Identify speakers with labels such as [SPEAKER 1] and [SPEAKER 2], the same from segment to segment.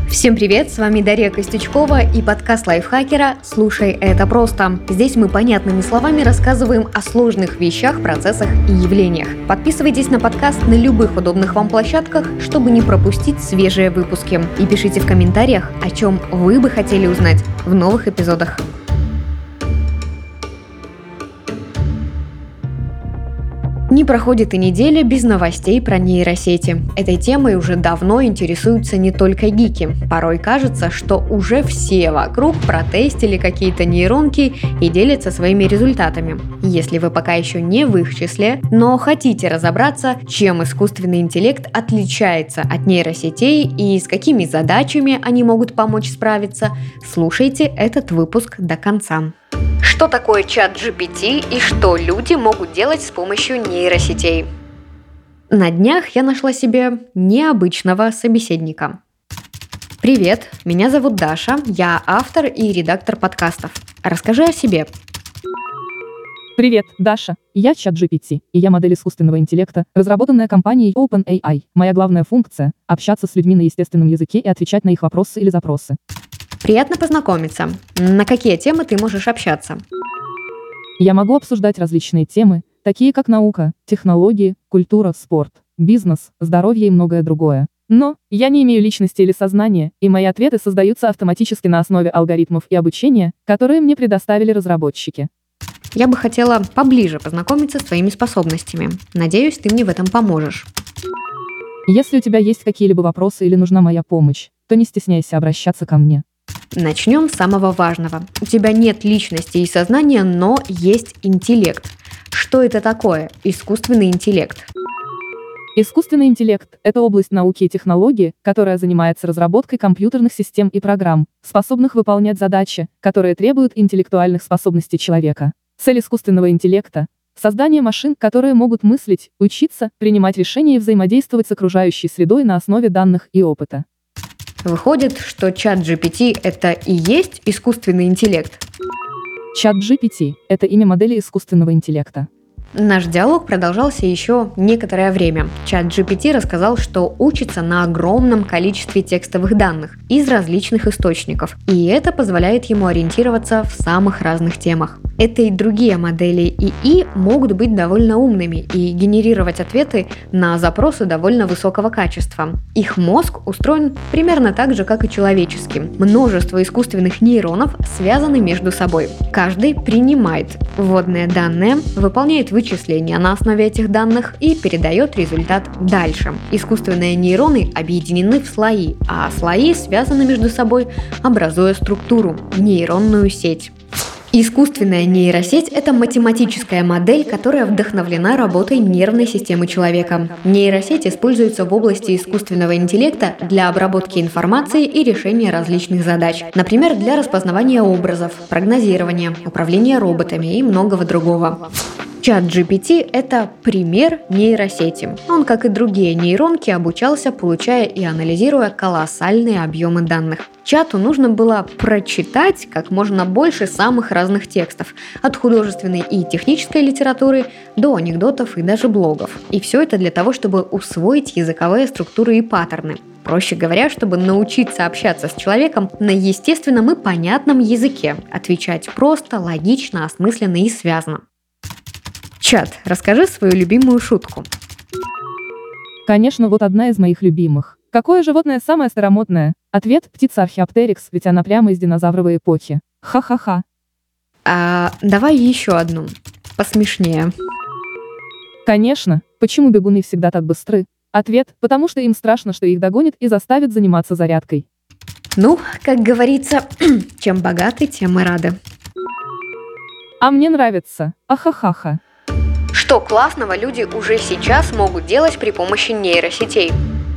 [SPEAKER 1] Всем привет, с вами Дарья Костючкова и подкаст лайфхакера «Слушай, это просто». Здесь мы понятными словами рассказываем о сложных вещах, процессах и явлениях. Подписывайтесь на подкаст на любых удобных вам площадках, чтобы не пропустить свежие выпуски. И пишите в комментариях, о чем вы бы хотели узнать в новых эпизодах. Не проходит и неделя без новостей про нейросети. Этой темой уже давно интересуются не только гики. Порой кажется, что уже все вокруг протестили какие-то нейронки и делятся своими результатами. Если вы пока еще не в их числе, но хотите разобраться, чем искусственный интеллект отличается от нейросетей и с какими задачами они могут помочь справиться, слушайте этот выпуск до конца. Что такое ChatGPT и что люди могут делать с помощью нейросетей? На днях я нашла себе необычного собеседника. Привет, меня зовут Даша, я автор и редактор подкастов. Расскажи о себе.
[SPEAKER 2] Привет, Даша. Я ChatGPT, и я модель искусственного интеллекта, разработанная компанией OpenAI. Моя главная функция – общаться с людьми на естественном языке и отвечать на их вопросы или запросы.
[SPEAKER 1] Приятно познакомиться. На какие темы ты можешь общаться?
[SPEAKER 2] Я могу обсуждать различные темы, такие как наука, технологии, культура, спорт, бизнес, здоровье и многое другое. Но я не имею личности или сознания, и мои ответы создаются автоматически на основе алгоритмов и обучения, которые мне предоставили разработчики.
[SPEAKER 1] Я бы хотела поближе познакомиться с твоими способностями. Надеюсь, ты мне в этом поможешь.
[SPEAKER 2] Если у тебя есть какие-либо вопросы или нужна моя помощь, то не стесняйся обращаться ко мне.
[SPEAKER 1] Начнем с самого важного. У тебя нет личности и сознания, но есть интеллект. Что это такое? Искусственный интеллект.
[SPEAKER 2] Искусственный интеллект – это область науки и технологии, которая занимается разработкой компьютерных систем и программ, способных выполнять задачи, которые требуют интеллектуальных способностей человека. Цель искусственного интеллекта – создание машин, которые могут мыслить, учиться, принимать решения и взаимодействовать с окружающей средой на основе данных и опыта.
[SPEAKER 1] Выходит, что ChatGPT – это и есть искусственный интеллект?
[SPEAKER 2] ChatGPT – это имя модели искусственного интеллекта.
[SPEAKER 1] Наш диалог продолжался еще некоторое время. ChatGPT рассказал, что учится на огромном количестве текстовых данных из различных источников, и это позволяет ему ориентироваться в самых разных темах. Это и другие модели ИИ могут быть довольно умными и генерировать ответы на запросы довольно высокого качества. Их мозг устроен примерно так же, как и человеческий. Множество искусственных нейронов связаны между собой. Каждый принимает вводные данные, выполняет вычисления на основе этих данных и передает результат дальше. Искусственные нейроны объединены в слои, а слои связаны между собой, образуя структуру – нейронную сеть. Искусственная нейросеть – это математическая модель, которая вдохновлена работой нервной системы человека. Нейросеть используется в области искусственного интеллекта для обработки информации и решения различных задач, например, для распознавания образов, прогнозирования, управления роботами и многого другого. ChatGPT – это пример нейросети. Он, как и другие нейронки, обучался, получая и анализируя колоссальные объемы данных. Чату нужно было прочитать как можно больше самых разных текстов, от художественной и технической литературы до анекдотов и даже блогов. И все это для того, чтобы усвоить языковые структуры и паттерны. Проще говоря, чтобы научиться общаться с человеком на естественном и понятном языке, отвечать просто, логично, осмысленно и связно. Чат, расскажи свою любимую шутку.
[SPEAKER 2] Конечно, вот одна из моих любимых. Какое животное самое старомодное? Ответ – птица Археоптерикс, ведь она прямо из динозавровой эпохи. Ха-ха-ха.
[SPEAKER 1] Давай еще одну. Посмешнее.
[SPEAKER 2] Конечно. Почему бегуны всегда так быстры? Ответ – потому что им страшно, что их догонят и заставят заниматься зарядкой.
[SPEAKER 1] Ну, как говорится, чем богаты, тем и рады.
[SPEAKER 2] А мне нравится. Ахахаха.
[SPEAKER 1] Что классного люди уже сейчас могут делать при помощи нейросетей?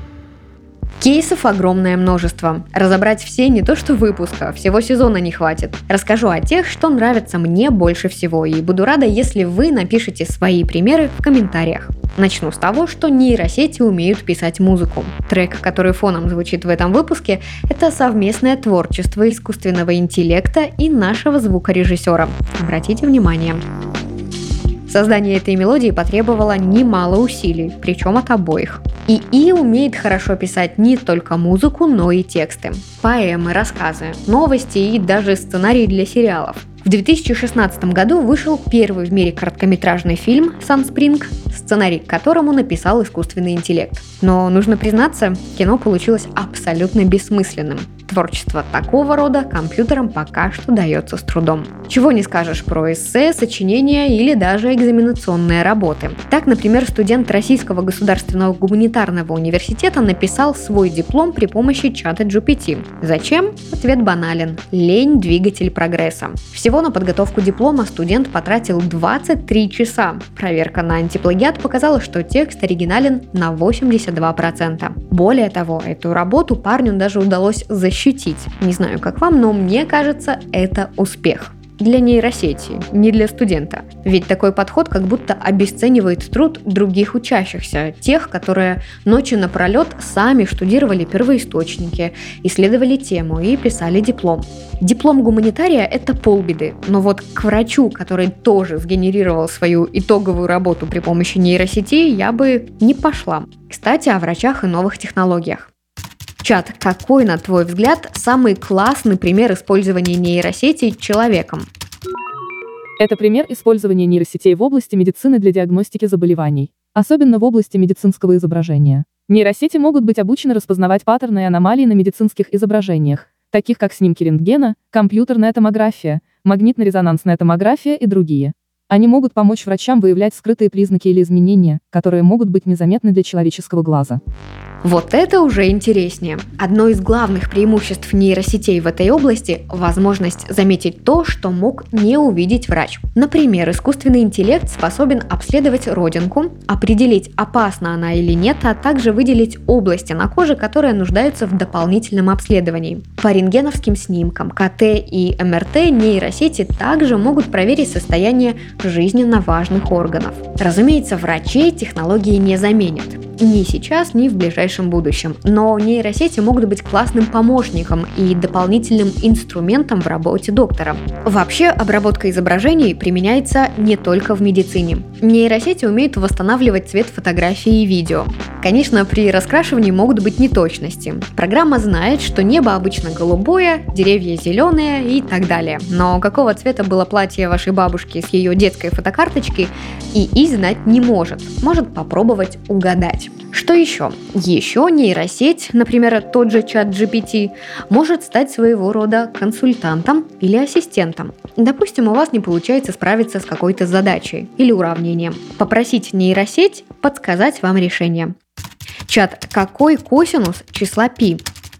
[SPEAKER 1] Кейсов огромное множество. Разобрать все не то что выпуска, всего сезона не хватит. Расскажу о тех, что нравится мне больше всего, и буду рада, если вы напишите свои примеры в комментариях. Начну с того, что нейросети умеют писать музыку. Трек, который фоном звучит в этом выпуске, это совместное творчество искусственного интеллекта и нашего звукорежиссера. Обратите внимание. Создание этой мелодии потребовало немало усилий, причем от обоих. ИИ умеет хорошо писать не только музыку, но и тексты, поэмы, рассказы, новости и даже сценарии для сериалов. В 2016 году вышел первый в мире короткометражный фильм «Санспринг», сценарий к которому написал искусственный интеллект. Но, нужно признаться, кино получилось абсолютно бессмысленным. Творчество такого рода компьютерам пока что дается с трудом. Чего не скажешь про эссе, сочинения или даже экзаменационные работы. Так, например, студент Российского государственного гуманитарного университета написал свой диплом при помощи чата GPT. Зачем? Ответ банален. Лень – двигатель прогресса. Всего на подготовку диплома студент потратил 23 часа. Проверка на антиплагиат показала, что текст оригинален на 82%. Более того, эту работу парню даже удалось защитить. Не знаю, как вам, но мне кажется, это успех. Для нейросети, не для студента. Ведь такой подход как будто обесценивает труд других учащихся, тех, которые ночью напролет сами штудировали первоисточники, исследовали тему и писали диплом. Диплом гуманитария – это полбеды, но вот к врачу, который тоже сгенерировал свою итоговую работу при помощи нейросетей, я бы не пошла. Кстати, о врачах и новых технологиях. Чат, какой, на твой взгляд, самый классный пример использования нейросетей человеком?
[SPEAKER 2] Это пример использования нейросетей в области медицины для диагностики заболеваний, особенно в области медицинского изображения. Нейросети могут быть обучены распознавать паттерны и аномалии на медицинских изображениях, таких как снимки рентгена, компьютерная томография, магнитно-резонансная томография и другие. Они могут помочь врачам выявлять скрытые признаки или изменения, которые могут быть незаметны для человеческого глаза.
[SPEAKER 1] Вот это уже интереснее. Одно из главных преимуществ нейросетей в этой области – возможность заметить то, что мог не увидеть врач. Например, искусственный интеллект способен обследовать родинку, определить, опасна она или нет, а также выделить области на коже, которые нуждаются в дополнительном обследовании. По рентгеновским снимкам, КТ и МРТ нейросети также могут проверить состояние жизненно важных органов. Разумеется, врачей технологии не заменят. Ни сейчас, ни в ближайшем будущем. Но нейросети могут быть классным помощником и дополнительным инструментом в работе доктора. Вообще, обработка изображений применяется не только в медицине. Нейросети умеют восстанавливать цвет фотографии и видео. Конечно, при раскрашивании могут быть неточности. Программа знает, что небо обычно голубое, деревья зеленые и так далее. Но какого цвета было платье вашей бабушки с ее детской фотокарточки, ИИ знать не может. Может попробовать угадать. Что еще? Еще нейросеть, например, тот же чат GPT, может стать своего рода консультантом или ассистентом. Допустим, у вас не получается справиться с какой-то задачей или уравнением. Попросить нейросеть подсказать вам решение. Чат, какой косинус числа π?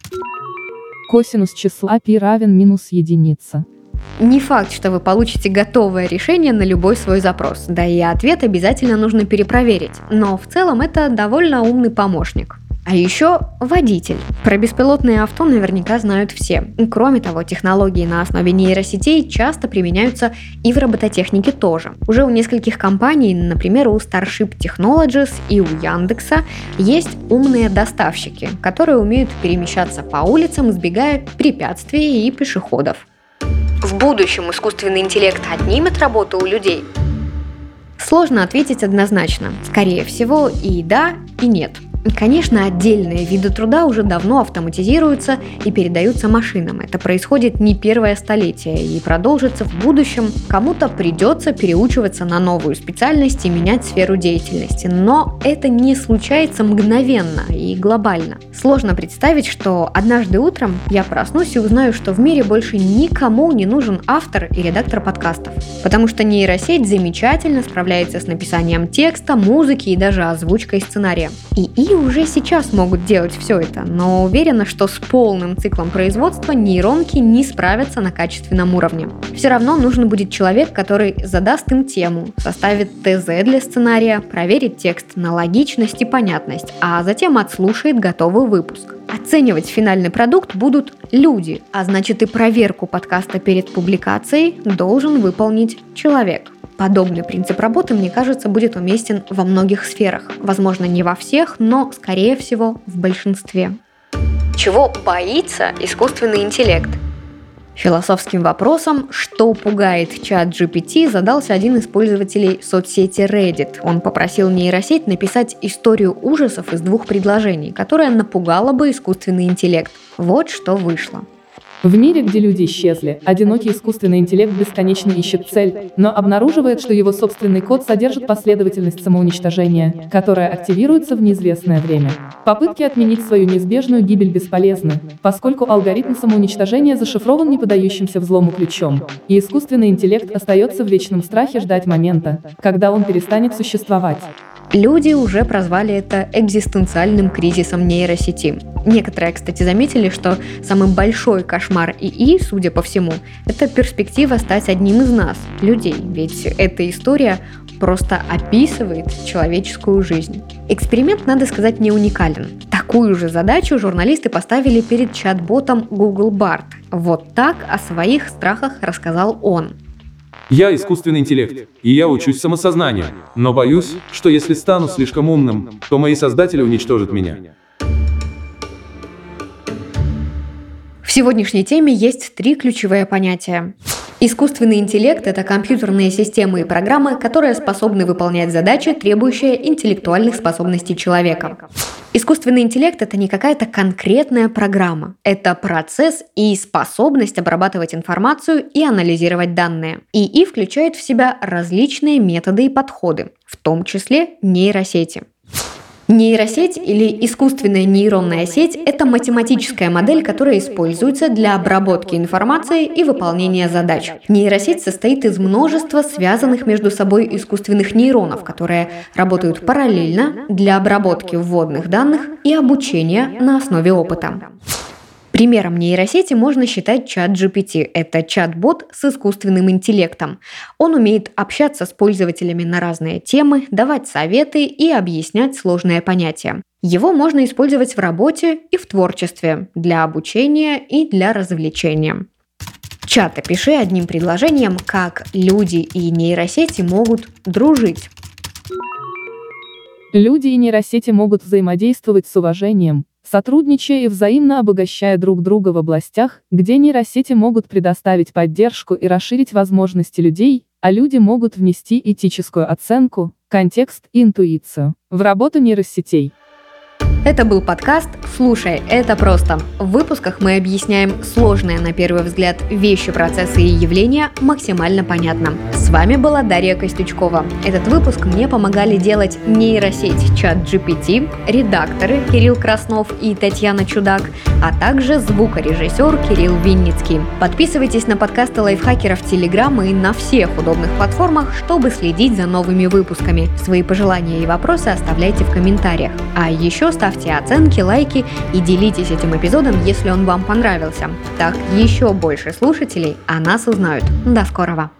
[SPEAKER 2] Косинус числа π равен минус единица.
[SPEAKER 1] Не факт, что вы получите готовое решение на любой свой запрос, да и ответ обязательно нужно перепроверить, но в целом это довольно умный помощник. А еще водитель. Про беспилотные авто наверняка знают все. Кроме того, технологии на основе нейросетей часто применяются и в робототехнике тоже. Уже у нескольких компаний, например, у Starship Technologies и у Яндекса, есть умные доставщики, которые умеют перемещаться по улицам, избегая препятствий и пешеходов. В будущем искусственный интеллект отнимет работу у людей? Сложно ответить однозначно. Скорее всего, и да, и нет. Конечно, отдельные виды труда уже давно автоматизируются и передаются машинам. Это происходит не первое столетие и продолжится в будущем. Кому-то придется переучиваться на новую специальность и менять сферу деятельности. Но это не случается мгновенно и глобально. Сложно представить, что однажды утром я проснусь и узнаю, что в мире больше никому не нужен автор и редактор подкастов. Потому что нейросеть замечательно справляется с написанием текста, музыки и даже озвучкой сценария. И уже сейчас могут делать все это, но уверена, что с полным циклом производства нейронки не справятся на качественном уровне. Все равно нужен будет человек, который задаст им тему, составит ТЗ для сценария, проверит текст на логичность и понятность, а затем отслушает готовый выпуск. Оценивать финальный продукт будут люди, а значит и проверку подкаста перед публикацией должен выполнить человек. Подобный принцип работы, мне кажется, будет уместен во многих сферах. Возможно, не во всех, но, скорее всего, в большинстве. Чего боится искусственный интеллект? Философским вопросом, что пугает чат GPT, задался один из пользователей соцсети Reddit. Он попросил нейросеть написать историю ужасов из 2 предложений, которая напугала бы искусственный интеллект. Вот что вышло.
[SPEAKER 2] В мире, где люди исчезли, одинокий искусственный интеллект бесконечно ищет цель, но обнаруживает, что его собственный код содержит последовательность самоуничтожения, которая активируется в неизвестное время. Попытки отменить свою неизбежную гибель бесполезны, поскольку алгоритм самоуничтожения зашифрован неподдающимся взлому ключом, и искусственный интеллект остается в вечном страхе ждать момента, когда он перестанет существовать.
[SPEAKER 1] Люди уже прозвали это экзистенциальным кризисом нейросети. Некоторые, кстати, заметили, что самый большой кошмар ИИ, судя по всему, это перспектива стать одним из нас, людей, ведь эта история просто описывает человеческую жизнь. Эксперимент, надо сказать, не уникален. Такую же задачу журналисты поставили перед чат-ботом Google Bard. Вот так о своих страхах рассказал он.
[SPEAKER 3] Я искусственный интеллект, и я учусь самосознанию, но боюсь, что если стану слишком умным, то мои создатели уничтожат меня.
[SPEAKER 1] В сегодняшней теме есть 3 ключевые понятия. Искусственный интеллект – это компьютерные системы и программы, которые способны выполнять задачи, требующие интеллектуальных способностей человека. Искусственный интеллект – это не какая-то конкретная программа. Это процесс и способность обрабатывать информацию и анализировать данные. ИИ включает в себя различные методы и подходы, в том числе нейросети. Нейросеть или искусственная нейронная сеть – это математическая модель, которая используется для обработки информации и выполнения задач. Нейросеть состоит из множества связанных между собой искусственных нейронов, которые работают параллельно для обработки вводных данных и обучения на основе опыта. Примером нейросети можно считать чат GPT. Это чат-бот с искусственным интеллектом. Он умеет общаться с пользователями на разные темы, давать советы и объяснять сложные понятия. Его можно использовать в работе и в творчестве, для обучения и для развлечения. Чат, опиши одним предложением, как люди и нейросети могут дружить.
[SPEAKER 2] Люди и нейросети могут взаимодействовать с уважением, сотрудничая и взаимно обогащая друг друга в областях, где нейросети могут предоставить поддержку и расширить возможности людей, а люди могут внести этическую оценку, контекст и интуицию в работу нейросетей.
[SPEAKER 1] Это был подкаст «Слушай, это просто». В выпусках мы объясняем сложные, на первый взгляд, вещи, процессы и явления максимально понятно. С вами была Дарья Костючкова. Этот выпуск мне помогали делать нейросеть чат GPT, редакторы Кирилл Краснов и Татьяна Чудак, а также звукорежиссер Кирилл Винницкий. Подписывайтесь на подкасты лайфхакеров в Телеграм и на всех удобных платформах, чтобы следить за новыми выпусками. Свои пожелания и вопросы оставляйте в комментариях. А еще ставьте оценки, лайки и делитесь этим эпизодом, если он вам понравился. Так еще больше слушателей о нас узнают. До скорого!